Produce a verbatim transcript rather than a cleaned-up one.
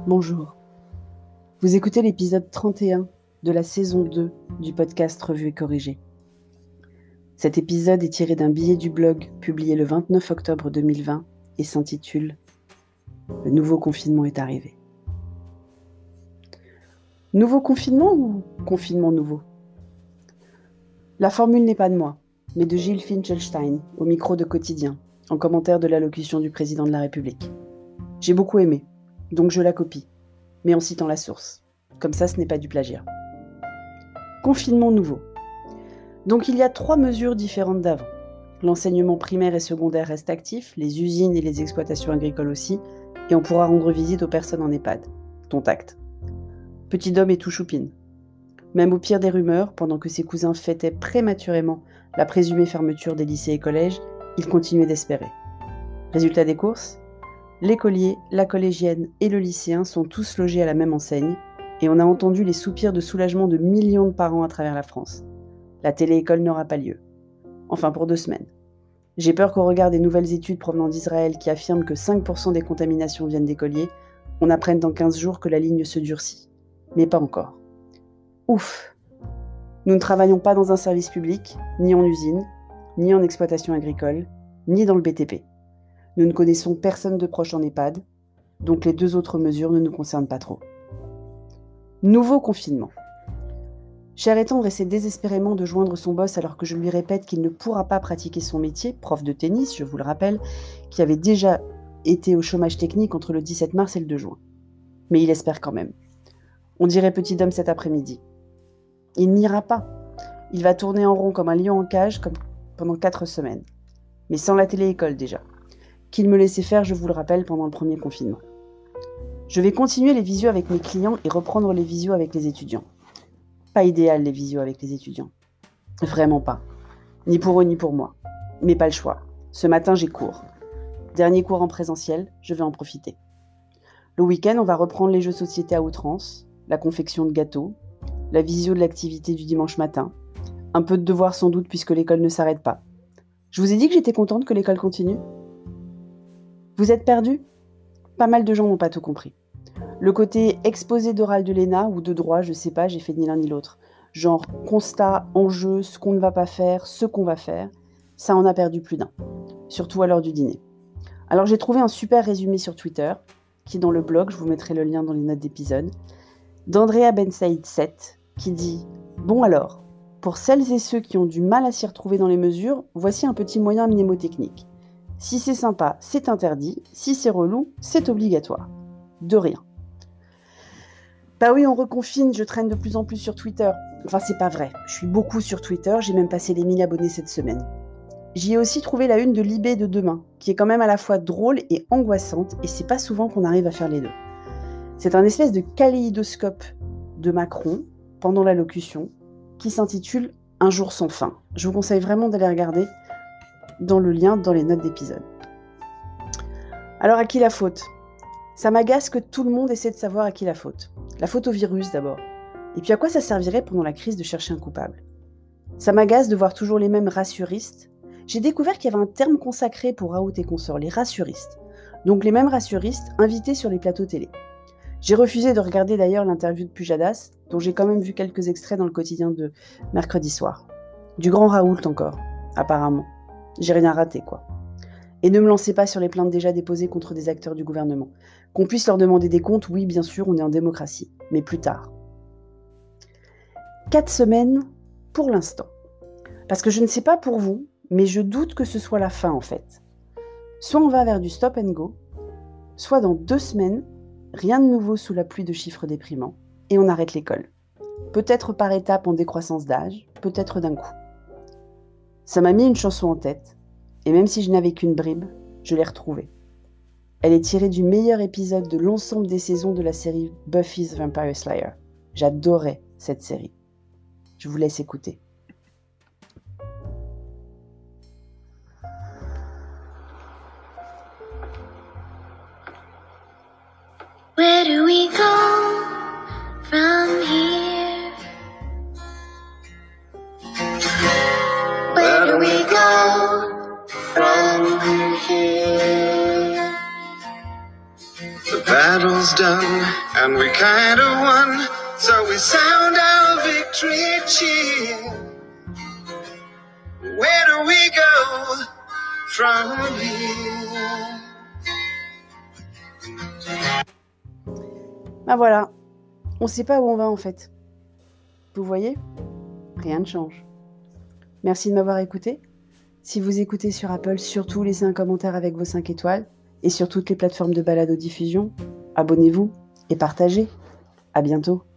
Bonjour. Vous écoutez l'épisode trente et un de la saison deux du podcast Revue et Corrigée. Cet épisode est tiré d'un billet du blog publié le vingt-neuf octobre deux mille vingt et s'intitule « Le nouveau confinement est arrivé ». Nouveau confinement ou confinement nouveau ? La formule n'est pas de moi, mais de Gilles Finchelstein, au micro de Quotidien, en commentaire de l'allocution du président de la République. J'ai beaucoup aimé, donc je la copie, mais en citant la source. Comme ça, ce n'est pas du plagiat. Confinement nouveau. Donc il y a trois mesures différentes d'avant. L'enseignement primaire et secondaire reste actif, les usines et les exploitations agricoles aussi, et on pourra rendre visite aux personnes en EHPAD. Ton tact. Petit Dom est tout choupine. Même au pire des rumeurs, pendant que ses cousins fêtaient prématurément la présumée fermeture des lycées et collèges, il continuait d'espérer. Résultat des courses ? L'écolier, la collégienne et le lycéen sont tous logés à la même enseigne, et on a entendu les soupirs de soulagement de millions de parents à travers la France. La télé-école n'aura pas lieu. Enfin, pour deux semaines. J'ai peur qu'au regard des nouvelles études provenant d'Israël qui affirment que cinq pour cent des contaminations viennent d'écoliers, on apprenne dans quinze jours que la ligne se durcit. Mais pas encore. Ouf ! Nous ne travaillons pas dans un service public, ni en usine, ni en exploitation agricole, ni dans le B T P. Nous ne connaissons personne de proche en EHPAD, donc les deux autres mesures ne nous concernent pas trop. Nouveau confinement. Cher et tendre essaie désespérément de joindre son boss alors que je lui répète qu'il ne pourra pas pratiquer son métier, prof de tennis, je vous le rappelle, qui avait déjà été au chômage technique entre le dix-sept mars et le deux juin. Mais il espère quand même. On dirait Petit Dom cet après-midi. Il n'ira pas. Il va tourner en rond comme un lion en cage comme pendant quatre semaines. Mais sans la télé-école déjà. Qu'il me laissait faire, je vous le rappelle, pendant le premier confinement. Je vais continuer les visios avec mes clients et reprendre les visios avec les étudiants. Pas idéal les visios avec les étudiants. Vraiment pas. Ni pour eux ni pour moi. Mais pas le choix. Ce matin, j'ai cours. Dernier cours en présentiel, je vais en profiter. Le week-end, on va reprendre les jeux société à outrance, la confection de gâteaux, la visio de l'activité du dimanche matin, un peu de devoirs sans doute puisque l'école ne s'arrête pas. Je vous ai dit que j'étais contente que l'école continue ? Vous êtes perdus ? Pas mal de gens n'ont pas tout compris. Le côté exposé d'oral de l'E N A ou de droit, je sais pas, j'ai fait ni l'un ni l'autre. Genre constat, enjeu, ce qu'on ne va pas faire, ce qu'on va faire, ça en a perdu plus d'un. Surtout à l'heure du dîner. Alors j'ai trouvé un super résumé sur Twitter, qui est dans le blog, je vous mettrai le lien dans les notes d'épisode, d'Andrea Ben Saïd sept, qui dit « Bon alors, pour celles et ceux qui ont du mal à s'y retrouver dans les mesures, voici un petit moyen mnémotechnique. Si c'est sympa, c'est interdit. Si c'est relou, c'est obligatoire. De rien. » Bah oui, on reconfine, je traîne de plus en plus sur Twitter. Enfin, c'est pas vrai. Je suis beaucoup sur Twitter, j'ai même passé les mille abonnés cette semaine. J'y ai aussi trouvé la une de Libé de demain, qui est quand même à la fois drôle et angoissante, et c'est pas souvent qu'on arrive à faire les deux. C'est un espèce de kaléidoscope de Macron, pendant l'allocution, qui s'intitule « Un jour sans fin ». Je vous conseille vraiment d'aller regarder dans le lien dans les notes d'épisode. Alors à qui la faute ? Ça m'agace que tout le monde essaie de savoir à qui la faute. La faute au virus d'abord. Et puis à quoi ça servirait pendant la crise de chercher un coupable ? Ça m'agace de voir toujours les mêmes rassuristes. J'ai découvert qu'il y avait un terme consacré pour Raoult et consorts, les rassuristes. Donc les mêmes rassuristes invités sur les plateaux télé. J'ai refusé de regarder d'ailleurs l'interview de Pujadas, dont j'ai quand même vu quelques extraits dans le quotidien de mercredi soir. Du grand Raoult encore, apparemment. J'ai rien raté, quoi. Et ne me lancez pas sur les plaintes déjà déposées contre des acteurs du gouvernement. Qu'on puisse leur demander des comptes, oui, bien sûr, on est en démocratie. Mais plus tard. Quatre semaines pour l'instant. Parce que je ne sais pas pour vous, mais je doute que ce soit la fin, en fait. Soit on va vers du stop and go, soit dans deux semaines, rien de nouveau sous la pluie de chiffres déprimants, et on arrête l'école. Peut-être par étapes en décroissance d'âge, peut-être d'un coup. Ça m'a mis une chanson en tête, et même si je n'avais qu'une bribe, je l'ai retrouvée. Elle est tirée du meilleur épisode de l'ensemble des saisons de la série Buffy the Vampire Slayer. J'adorais cette série. Je vous laisse écouter. Where do we go from here? Where do we go from here? The battle's done, and we kind of won, so we sound our victory cheer. Where do we go from here? Ben voilà, on sait pas où on va en fait. Vous voyez ? Rien ne change. Merci de m'avoir écouté. Si vous écoutez sur Apple, surtout laissez un commentaire avec vos cinq étoiles. Et sur toutes les plateformes de balado-diffusion, abonnez-vous et partagez. À bientôt.